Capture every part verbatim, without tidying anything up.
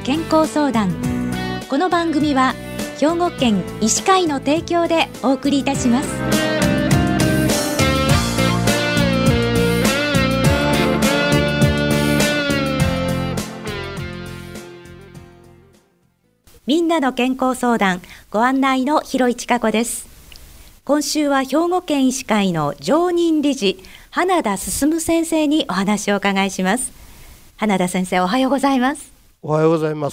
健康相談。この番組は兵庫県医師会の提供でお送りいたします。みんなの健康相談、ご案内の広市加子です。今週は兵庫県医師会の常任理事花田進先生にお話をお伺いします。花田先生、おはようございます。 おはようございます。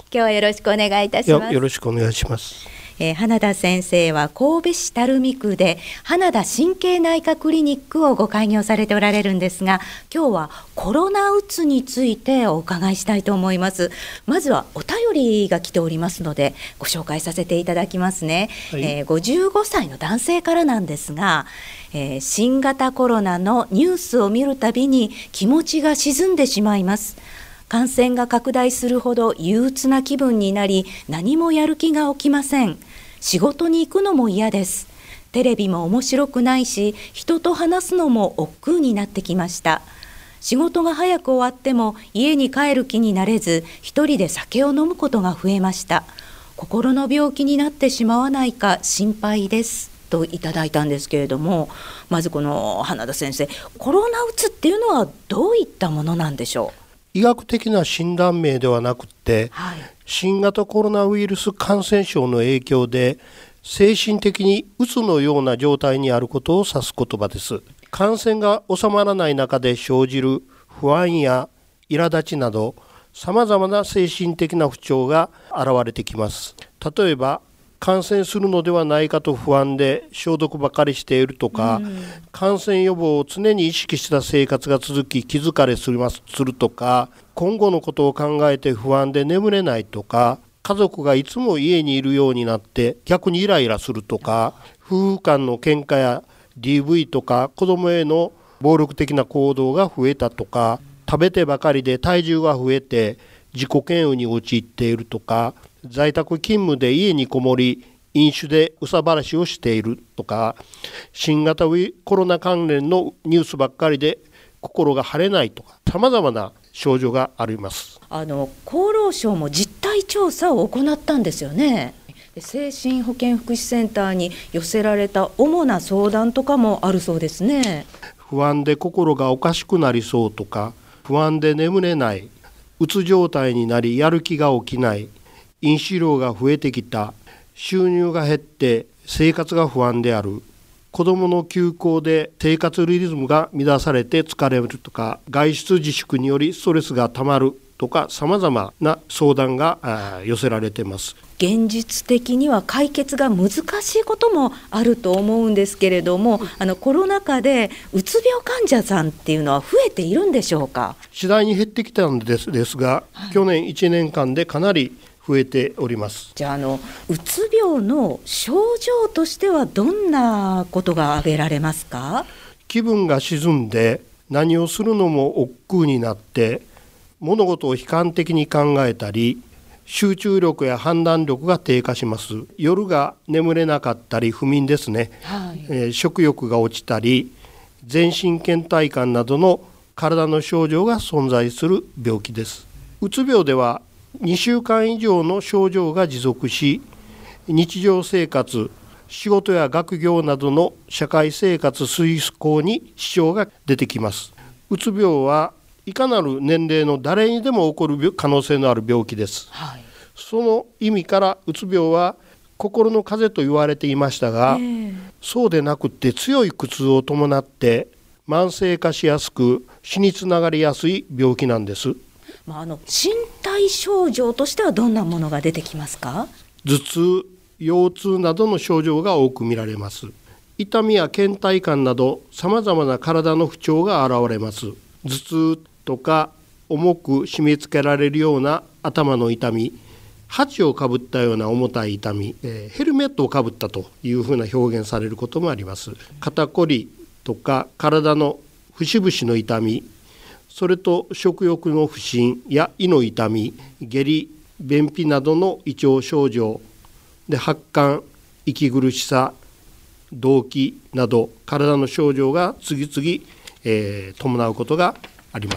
今日はよろしくお願いいたします。 よろしくお願いします。 えー、花田先生は神戸市垂水区で花田神経内科クリニックをご開業されておられるんですが、今日はコロナうつについてお伺いしたいと思います。まずはお便りが来ておりますのでご紹介させていただきますね。はい、えー、ごじゅうごさいの男性からなんですが、えー、新型コロナのニュースを見るたびに気持ちが沈んでしまいます。感染が拡大するほど憂鬱な気分になり、何もやる気が起きません。仕事に行くのも嫌です。テレビも面白くないし、人と話すのも億劫になってきました。仕事が早く終わっても家に帰る気になれず、一人で酒を飲むことが増えました。心の病気になってしまわないか心配ですといただいたんですけれども、まずこの花田先生、コロナうつっていうのはどういったものなんでしょう？ 医学的な診断名ではなくて、はい、新型コロナウイルス感染症の影響で精神的にうつのような状態にあることを指す言葉です。感染が収まらない中で生じる不安や苛立ちなど、さまざまな精神的な不調が現れてきます。例えば感染するのではないかと不安で消毒ばかりしているとか、うん、感染予防を常に意識した生活が続き気疲れするとか、今後のことを考えて不安で眠れないとか、家族がいつも家にいるようになって逆にイライラするとか、夫婦間の喧嘩や ディーブイ とか子供への暴力的な行動が増えたとか、食べてばかりで体重が増えて自己嫌悪に陥っているとか、在宅勤務で家にこもり飲酒で憂さ晴らしをしているとか、新型コロナ関連のニュースばっかりで心が晴れないとか、さまざまな症状があります。 あの厚労省も実態調査を行ったんですよね。精神保健福祉センターに寄せられた主な相談とかもあるそうですね。 不安で心がおかしくなりそうとか、不安で眠れない、うつ状態になりやる気が起きない、飲酒量が増えてきた、収入が減って生活が不安である、子どもの休校で生活リズムが乱されて疲れるとか、外出自粛によりストレスがたまるとか、さまざまな相談が寄せられています。 現実的には解決が難しいこともあると思うんですけれども、あのコロナ禍でうつ病患者さんっていうのは増えているんでしょうか？ 次第に減ってきたんですですが、はい、去年いちねんかんでかなり増えております。 じゃあ、あのうつ病の症状としてはどんなことが挙げられますか？ 気分が沈んで何をするのも億劫になって、物事を悲観的に考えたり、集中力や判断力が低下します。夜が眠れなかったり不眠ですね、はい、えー、食欲が落ちたり、全身倦怠感などの体の症状が存在する病気です。うつ病ではにしゅうかん以上の症状が持続し、日常生活、仕事や学業などの社会生活遂行に支障が出てきます。うつ病はいかなる年齢の誰にでも起こる可能性のある病気です、はい、その意味からうつ病は心の風邪と言われていましたが、えー、そうでなくて強い苦痛を伴って慢性化しやすく、死につながりやすい病気なんです。 まあ、あの身体症状としてはどんなものが出てきますか？ 頭痛、腰痛などの症状が多く見られます。痛みや倦怠感などさまざまな体の不調が現れます。頭痛とか重く締め付けられるような頭の痛み、鉢をかぶったような重たい痛み、えー、ヘルメットをかぶったというふうな表現されることもあります。肩こりとか体の節々の痛み、それと食欲の不振や胃の痛み、下痢、便秘などの胃腸症状で、発汗、息苦しさ、動悸など体の症状が次々、えー、伴うことがあります。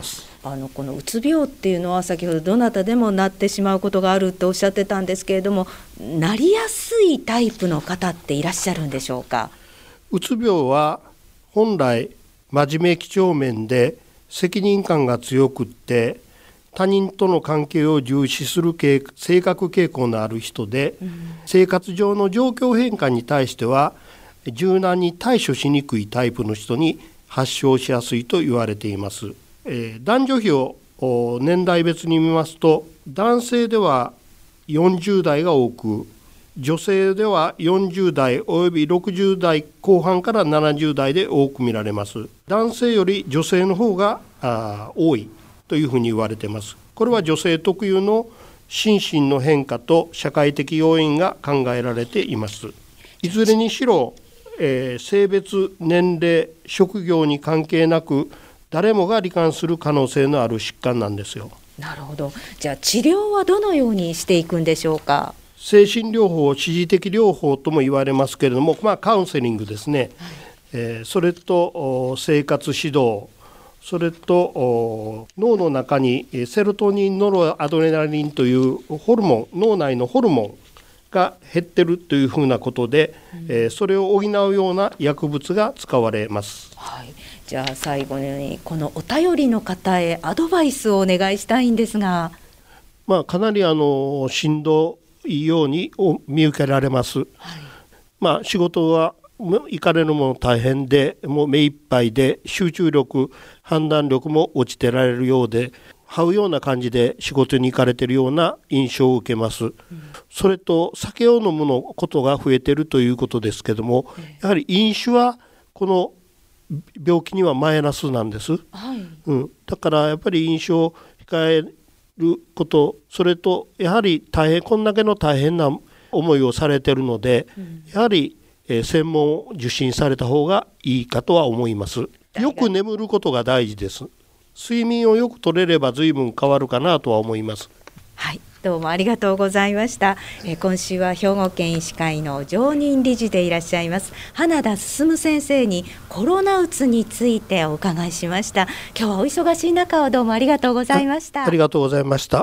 あのこのうつ病っていうのは先ほどどなたでもなってしまうことがあるとおっしゃってたんですけれども、なりやすいタイプの方っていらっしゃるんでしょうか。 うつ病は本来真面目几帳面で責任感が強くって他人との関係を重視する性格傾向のある人で、うん、生活上の状況変化に対しては柔軟に対処しにくいタイプの人に発症しやすいと言われています。えー、男女比を年代別に見ますと、男性ではよんじゅう代が多く、女性ではよんじゅう代およびろくじゅう代後半からななじゅう代で多く見られます。男性より女性の方が多いというふうに言われています。これは女性特有の心身の変化と社会的要因が考えられています。いずれにしろ、えー、性別、年齢、職業に関係なく誰もが罹患する可能性のある疾患なんですよ。 なるほど。じゃあ治療はどのようにしていくんでしょうか。 精神療法、支持的療法とも言われますけれども、まあ、カウンセリングですね、はいえー、それと生活指導、それと脳の中にセロトニン、ノロアドレナリンというホルモン、脳内のホルモンが減ってるというふうなことで、うんえー、それを補うような薬物が使われます。 はい、じゃあ最後にこのお便りの方へアドバイスをお願いしたいんですが、 まあ、かなりあのしんどいように見受けられます。はいまあ、仕事は行かれるもの大変で、もう目いっぱいで集中力、判断力も落ちてられるようで、這うような感じで仕事に行かれているような印象を受けます。うん、それと酒を飲むのことが増えているということですけども、やはり飲酒はこの病気にはマイナスなんです。はいうん、だからやっぱり飲酒を控えること、それとやはり大変こんだけの大変な思いをされているので、うん、やはりえー、専門を受診された方がいいかとは思います。よく眠ることが大事です。睡眠をよく取れれば随分変わるかなとは思います。 はい、どうもありがとうございました。えー、今週は兵庫県医師会の常任理事でいらっしゃいます花田進先生にコロナうつについてお伺いしました。今日はお忙しい中をどうもありがとうございました。 あ、ありがとうございました。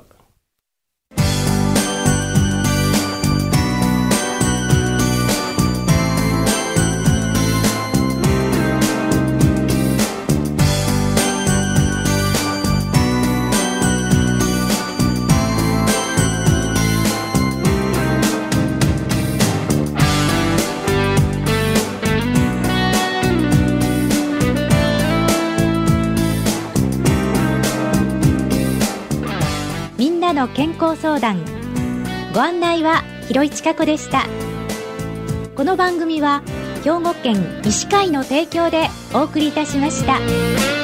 の健康相談、ご案内は広井千佳子でした。この番組は兵庫県医師会の提供でお送りいたしました。